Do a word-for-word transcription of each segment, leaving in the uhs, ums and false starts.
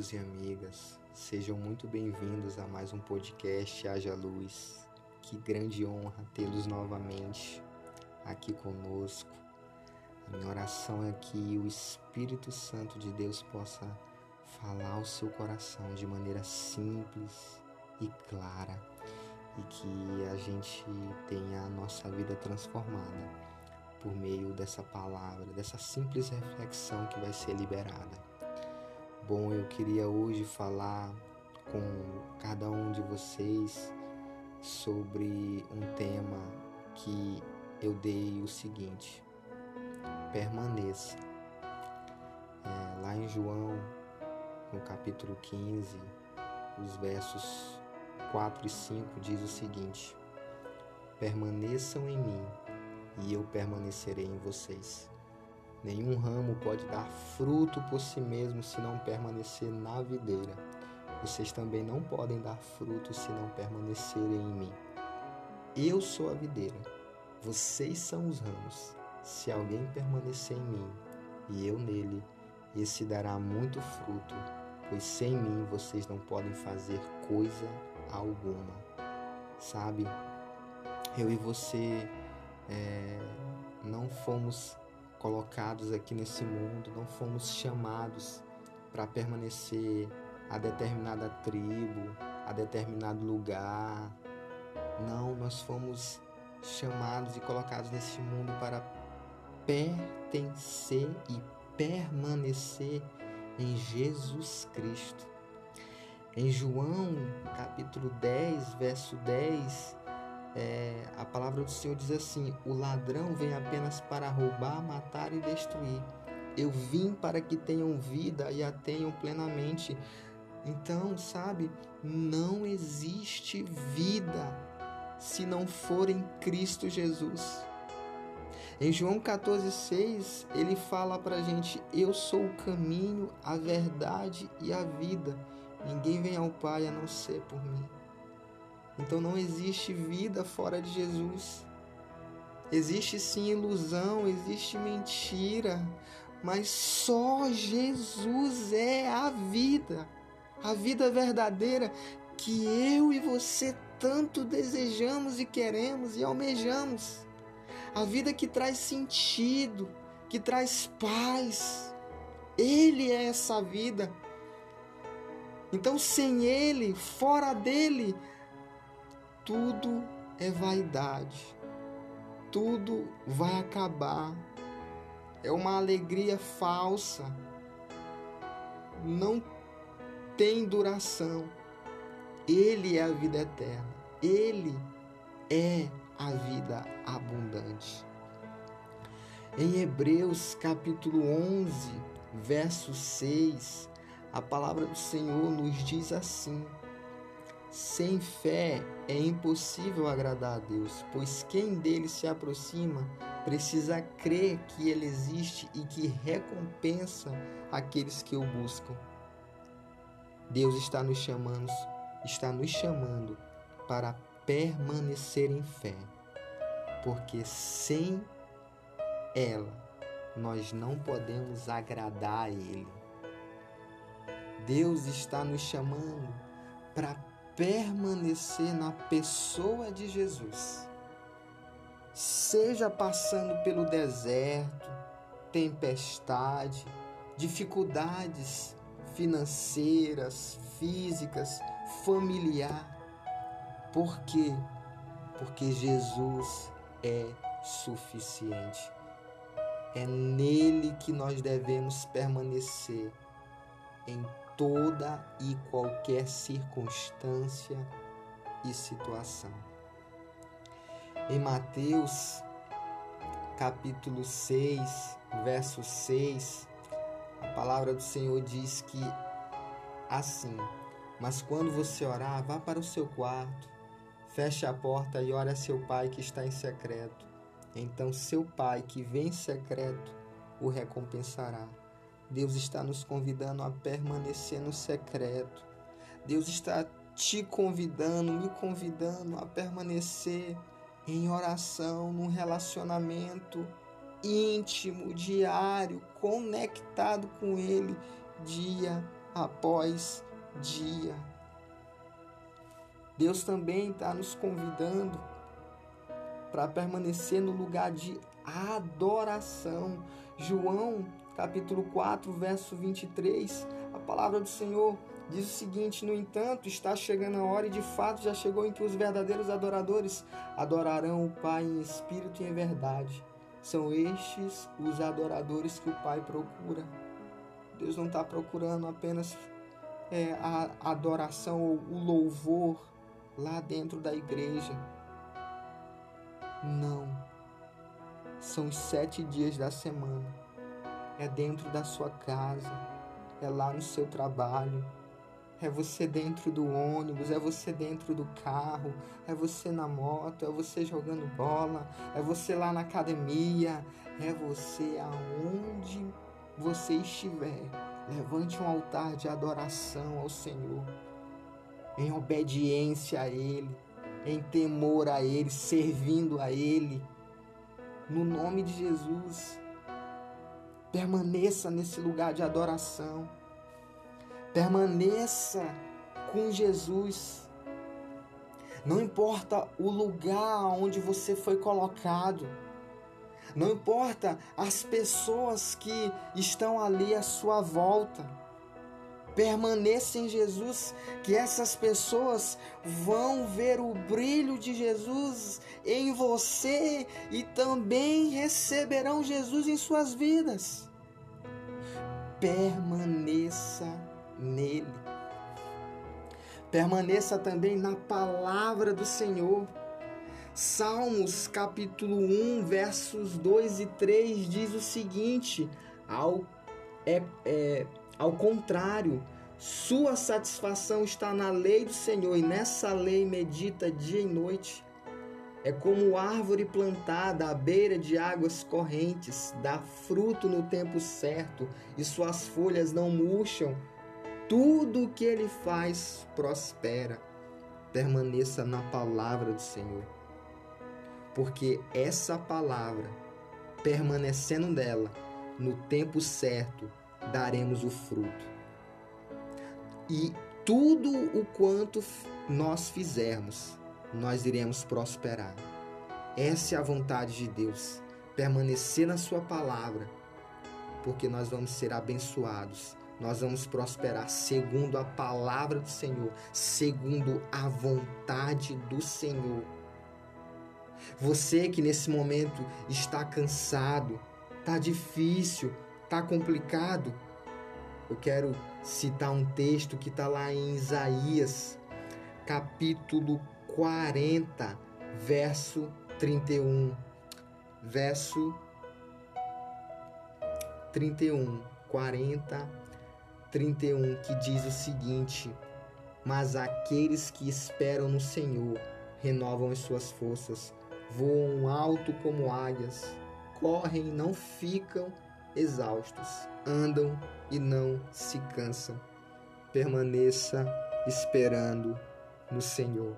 amigos e amigas, sejam muito bem-vindos a mais um podcast Haja Luz. Que grande honra tê-los novamente aqui conosco. A minha oração é que o Espírito Santo de Deus possa falar ao seu coração de maneira simples e clara e que a gente tenha a nossa vida transformada por meio dessa palavra, dessa simples reflexão que vai ser liberada. Bom, eu queria hoje falar com cada um de vocês sobre um tema que eu dei o seguinte: permaneça. É, lá em João, no capítulo quinze, os versos quatro e cinco, diz o seguinte: permaneçam em mim e eu permanecerei em vocês. Nenhum ramo pode dar fruto por si mesmo se não permanecer na videira. Vocês também não podem dar fruto se não permanecerem em mim. Eu sou a videira, vocês são os ramos. Se alguém permanecer em mim e eu nele, esse dará muito fruto, pois sem mim vocês não podem fazer coisa alguma. Sabe, eu e você é, não fomos colocados aqui nesse mundo, não fomos chamados para permanecer a determinada tribo, a determinado lugar. Não, nós fomos chamados e colocados nesse mundo para pertencer e permanecer em Jesus Cristo. Em João, capítulo dez, verso dez, É, a palavra do Senhor diz assim: o ladrão vem apenas para roubar, matar e destruir. Eu vim para que tenham vida e a tenham plenamente. Então, sabe, não existe vida se não for em Cristo Jesus. Em João catorze, seis, ele fala para a gente: eu sou o caminho, a verdade e a vida. Ninguém vem ao Pai a não ser por mim. Então não existe vida fora de Jesus. Existe sim ilusão, existe mentira, mas só Jesus é a vida. A vida verdadeira que eu e você tanto desejamos e queremos e almejamos. A vida que traz sentido, que traz paz. Ele é essa vida. Então sem Ele, fora dele, tudo é vaidade, tudo vai acabar, é uma alegria falsa, não tem duração. Ele é a vida eterna, Ele é a vida abundante. Em Hebreus capítulo onze, verso seis, a palavra do Senhor nos diz assim: sem fé é impossível agradar a Deus, pois quem dele se aproxima precisa crer que ele existe e que recompensa aqueles que o buscam. Deus está nos chamando, está nos chamando para permanecer em fé, porque sem ela nós não podemos agradar a Ele. Deus está nos chamando para permanecer na pessoa de Jesus, seja passando pelo deserto, tempestade, dificuldades financeiras, físicas, familiar. Por quê? Porque Jesus é suficiente. É nele que nós devemos permanecer em toda e qualquer circunstância e situação. Em Mateus, capítulo seis, verso seis, a palavra do Senhor diz que assim: mas quando você orar, vá para o seu quarto, feche a porta e ore a seu pai que está em secreto. Então seu pai que vem em secreto o recompensará. Deus está nos convidando a permanecer no secreto. Deus está te convidando, me convidando a permanecer em oração, num relacionamento íntimo, diário, conectado com Ele, dia após dia. Deus também está nos convidando para permanecer no lugar de adoração. João, capítulo quatro, verso vinte e três, a palavra do Senhor diz o seguinte: no entanto, está chegando a hora, e de fato já chegou, em que os verdadeiros adoradores adorarão o Pai em espírito e em verdade. São estes os adoradores que o Pai procura. Deus não está procurando apenas é, a adoração ou o louvor lá dentro da igreja. Não. São os sete dias da semana. É dentro da sua casa. É lá no seu trabalho. É você dentro do ônibus. É você dentro do carro. É você na moto. É você jogando bola. É você lá na academia. É você aonde você estiver. Levante um altar de adoração ao Senhor. Em obediência a Ele, em temor a Ele, servindo a Ele, no nome de Jesus. Permaneça nesse lugar de adoração, permaneça com Jesus. Não importa o lugar onde você foi colocado, não importa as pessoas que estão ali à sua volta. Permaneça em Jesus, que essas pessoas vão ver o brilho de Jesus em você e também receberão Jesus em suas vidas. Permaneça nele. Permaneça também na palavra do Senhor. Salmos capítulo um, versos dois e três diz o seguinte: ao é, é Ao contrário, sua satisfação está na lei do Senhor, e nessa lei medita dia e noite. É como árvore plantada à beira de águas correntes, dá fruto no tempo certo, e suas folhas não murcham. Tudo o que ele faz prospera. Permaneça na palavra do Senhor, porque essa palavra, permanecendo nela, no tempo certo, daremos o fruto. E tudo o quanto nós fizermos, nós iremos prosperar. Essa é a vontade de Deus. Permanecer na sua palavra, porque nós vamos ser abençoados. Nós vamos prosperar segundo a palavra do Senhor, segundo a vontade do Senhor. Você que nesse momento está cansado, está difícil, está complicado, eu quero citar um texto que está lá em Isaías, capítulo quarenta, verso trinta e um. Verso trinta e um, quarenta, trinta e um, que diz o seguinte: mas aqueles que esperam no Senhor renovam as suas forças, voam alto como águias, correm e não ficam exaustos, andam e não se cansam. Permaneça esperando no Senhor,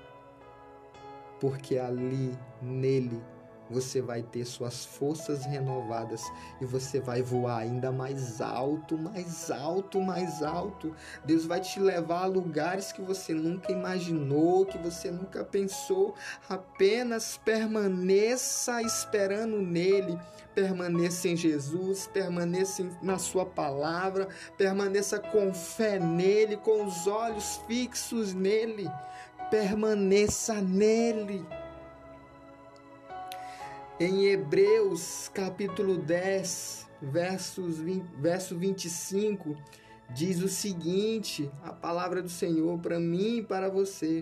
porque ali, nele, você vai ter suas forças renovadas e você vai voar ainda mais alto, mais alto, mais alto. Deus vai te levar a lugares que você nunca imaginou, que você nunca pensou. Apenas permaneça esperando nele, permaneça em Jesus, permaneça na sua palavra, permaneça com fé nele, com os olhos fixos nele, permaneça nele. Em Hebreus capítulo dez, versos vinte, verso vinte e cinco, diz o seguinte, a palavra do Senhor para mim e para você: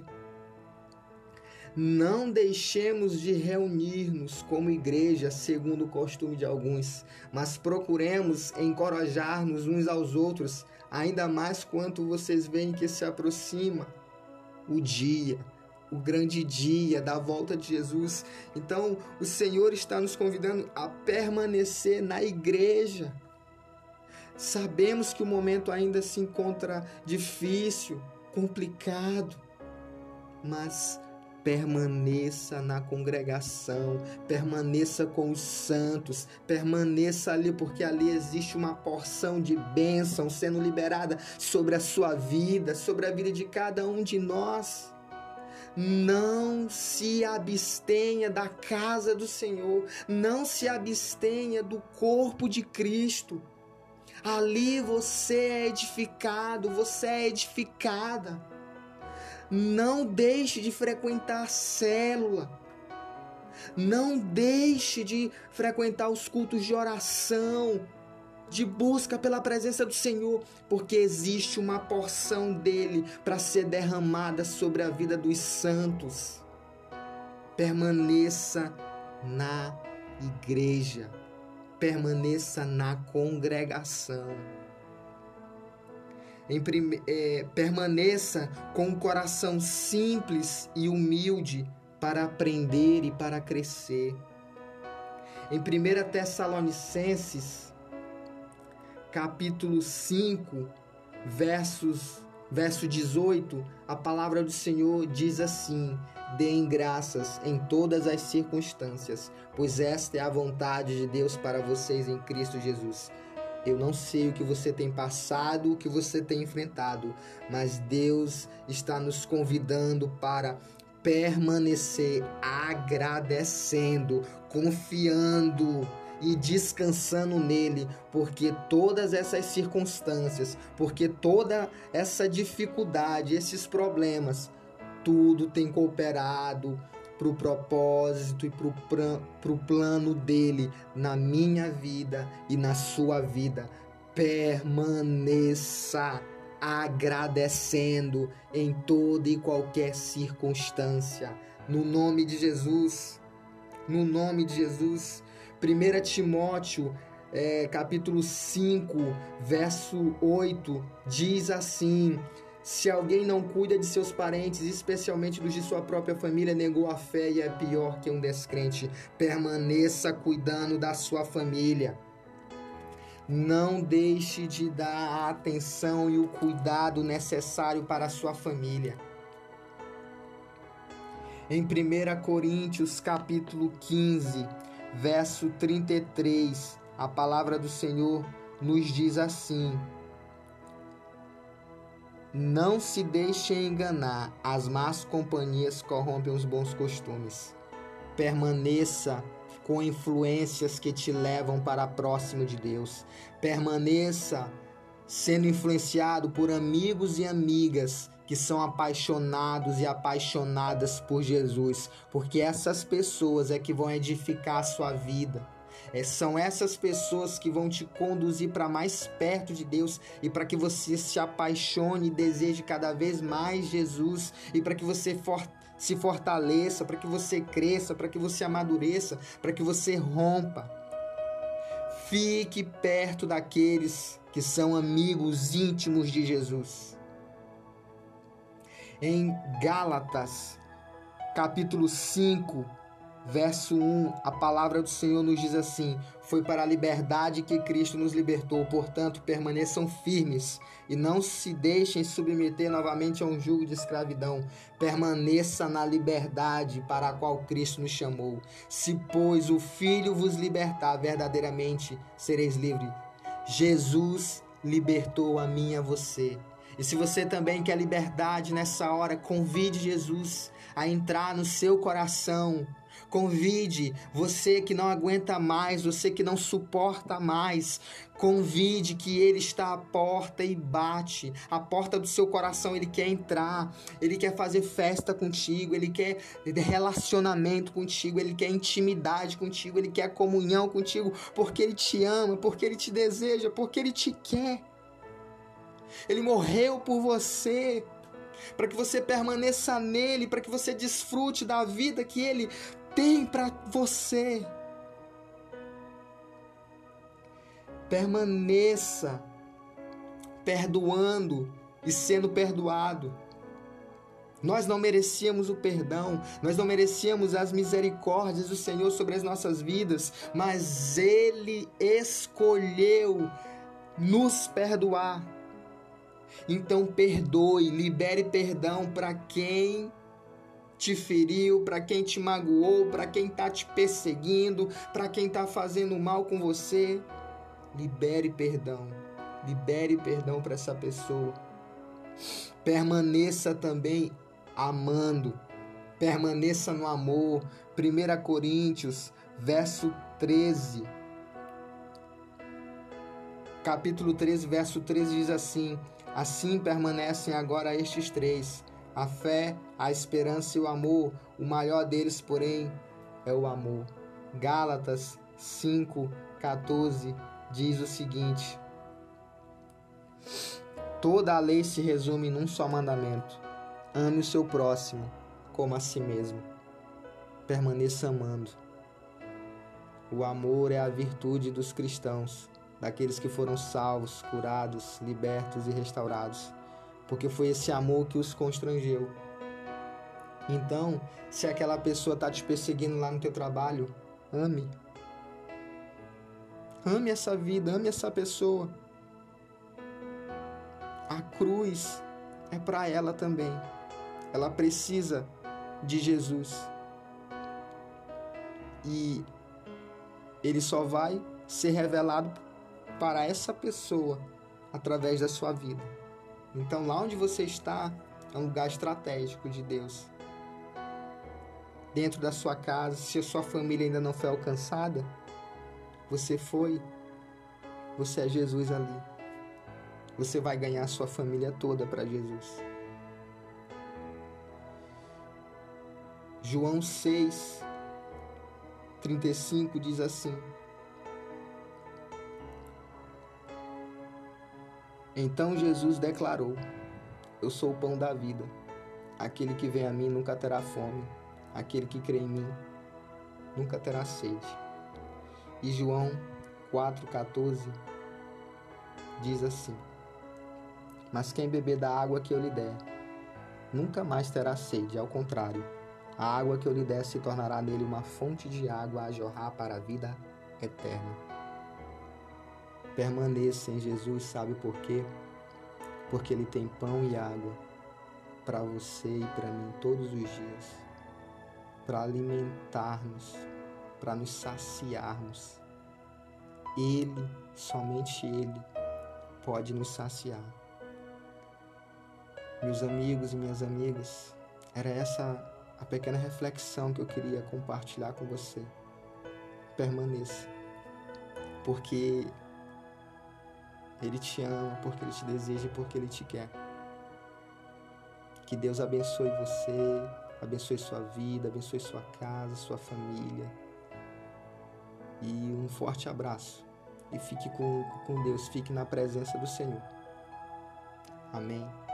não deixemos de reunir-nos como igreja, segundo o costume de alguns, mas procuremos encorajar-nos uns aos outros, ainda mais quanto vocês veem que se aproxima o dia, o grande dia da volta de Jesus. Então, o Senhor está nos convidando a permanecer na igreja. Sabemos que o momento ainda se encontra difícil, complicado, mas permaneça na congregação, permaneça com os santos, permaneça ali, porque ali existe uma porção de bênção sendo liberada sobre a sua vida, sobre a vida de cada um de nós. Não se abstenha da casa do Senhor, não se abstenha do corpo de Cristo. Ali você é edificado, você é edificada. Não deixe de frequentar a célula. Não deixe de frequentar os cultos de oração, de busca pela presença do Senhor, porque existe uma porção dele para ser derramada sobre a vida dos santos. Permaneça na igreja, permaneça na congregação. Em prime... é, permaneça com o coração simples e humilde para aprender e para crescer. Em primeira Tessalonicenses, capítulo cinco, versos, verso dezoito, a palavra do Senhor diz assim: deem graças em todas as circunstâncias, pois esta é a vontade de Deus para vocês em Cristo Jesus. Eu não sei o que você tem passado, o que você tem enfrentado, mas Deus está nos convidando para permanecer agradecendo, confiando e descansando nele, porque todas essas circunstâncias, porque toda essa dificuldade, esses problemas, tudo tem cooperado para o propósito e para o plano dele na minha vida e na sua vida. Permaneça agradecendo em toda e qualquer circunstância, no nome de Jesus, no nome de Jesus. primeira Timóteo, é, capítulo cinco, verso oito, diz assim: se alguém não cuida de seus parentes, especialmente dos de sua própria família, negou a fé e é pior que um descrente. Permaneça cuidando da sua família. Não deixe de dar a atenção e o cuidado necessário para a sua família. Em primeira Coríntios, capítulo quinze, verso trinta e três, a palavra do Senhor nos diz assim: não se deixem enganar, as más companhias corrompem os bons costumes. Permaneça com influências que te levam para próximo de Deus. Permaneça sendo influenciado por amigos e amigas que são apaixonados e apaixonadas por Jesus, porque essas pessoas é que vão edificar a sua vida. É, são essas pessoas que vão te conduzir para mais perto de Deus e para que você se apaixone e deseje cada vez mais Jesus, e para que você for, se fortaleça, para que você cresça, para que você amadureça, para que você rompa. Fique perto daqueles que são amigos íntimos de Jesus. Em Gálatas, capítulo cinco, verso um, a palavra do Senhor nos diz assim: foi para a liberdade que Cristo nos libertou, portanto permaneçam firmes e não se deixem submeter novamente a um jugo de escravidão. Permaneça na liberdade para a qual Cristo nos chamou. Se, pois, o Filho vos libertar, verdadeiramente sereis livres. Jesus libertou a mim e a você. E se você também quer liberdade nessa hora, convide Jesus a entrar no seu coração. Convide você que não aguenta mais, você que não suporta mais. Convide que Ele está à porta e bate. A porta do seu coração, Ele quer entrar. Ele quer fazer festa contigo. Ele quer relacionamento contigo. Ele quer intimidade contigo. Ele quer comunhão contigo. Porque Ele te ama, porque Ele te deseja, porque Ele te quer. Ele morreu por você, para que você permaneça nele, para que você desfrute da vida que Ele tem para você. Permaneça perdoando e sendo perdoado. Nós não merecíamos o perdão, nós não merecíamos as misericórdias do Senhor sobre as nossas vidas, mas Ele escolheu nos perdoar. Então perdoe, libere perdão para quem te feriu, para quem te magoou, para quem está te perseguindo, para quem está fazendo mal com você. Libere perdão. Libere perdão para essa pessoa. Permaneça também amando. Permaneça no amor. primeira Coríntios, verso treze. Capítulo treze, verso treze diz assim: assim permanecem agora estes três: a fé, a esperança e o amor. O maior deles, porém, é o amor. Gálatas cinco, quatorze diz o seguinte: toda a lei se resume num só mandamento: ame o seu próximo como a si mesmo. Permaneça amando. O amor é a virtude dos cristãos, daqueles que foram salvos, curados, libertos e restaurados, porque foi esse amor que os constrangeu. Então, se aquela pessoa está te perseguindo lá no teu trabalho, ame. Ame essa vida, ame essa pessoa. A cruz é para ela também. Ela precisa de Jesus. E ele só vai ser revelado para essa pessoa através da sua vida. Então, lá onde você está é um lugar estratégico de Deus. Dentro da sua casa, se a sua família ainda não foi alcançada, você foi, você é Jesus ali. Você vai ganhar a sua família toda para Jesus. João seis, trinta e cinco diz assim: então Jesus declarou: eu sou o pão da vida. Aquele que vem a mim nunca terá fome. Aquele que crê em mim nunca terá sede. E João quatro, quatorze diz assim: mas quem beber da água que eu lhe der, nunca mais terá sede. Ao contrário, a água que eu lhe der se tornará nele uma fonte de água a jorrar para a vida eterna. Permaneça em Jesus, sabe por quê? Porque Ele tem pão e água para você e para mim todos os dias, para alimentar-nos, para nos saciarmos. Ele, somente Ele, pode nos saciar. Meus amigos e minhas amigas, era essa a pequena reflexão que eu queria compartilhar com você. Permaneça, porque Ele te ama, porque Ele te deseja e porque Ele te quer. Que Deus abençoe você, abençoe sua vida, abençoe sua casa, sua família. E um forte abraço. E fique com, com Deus, fique na presença do Senhor. Amém.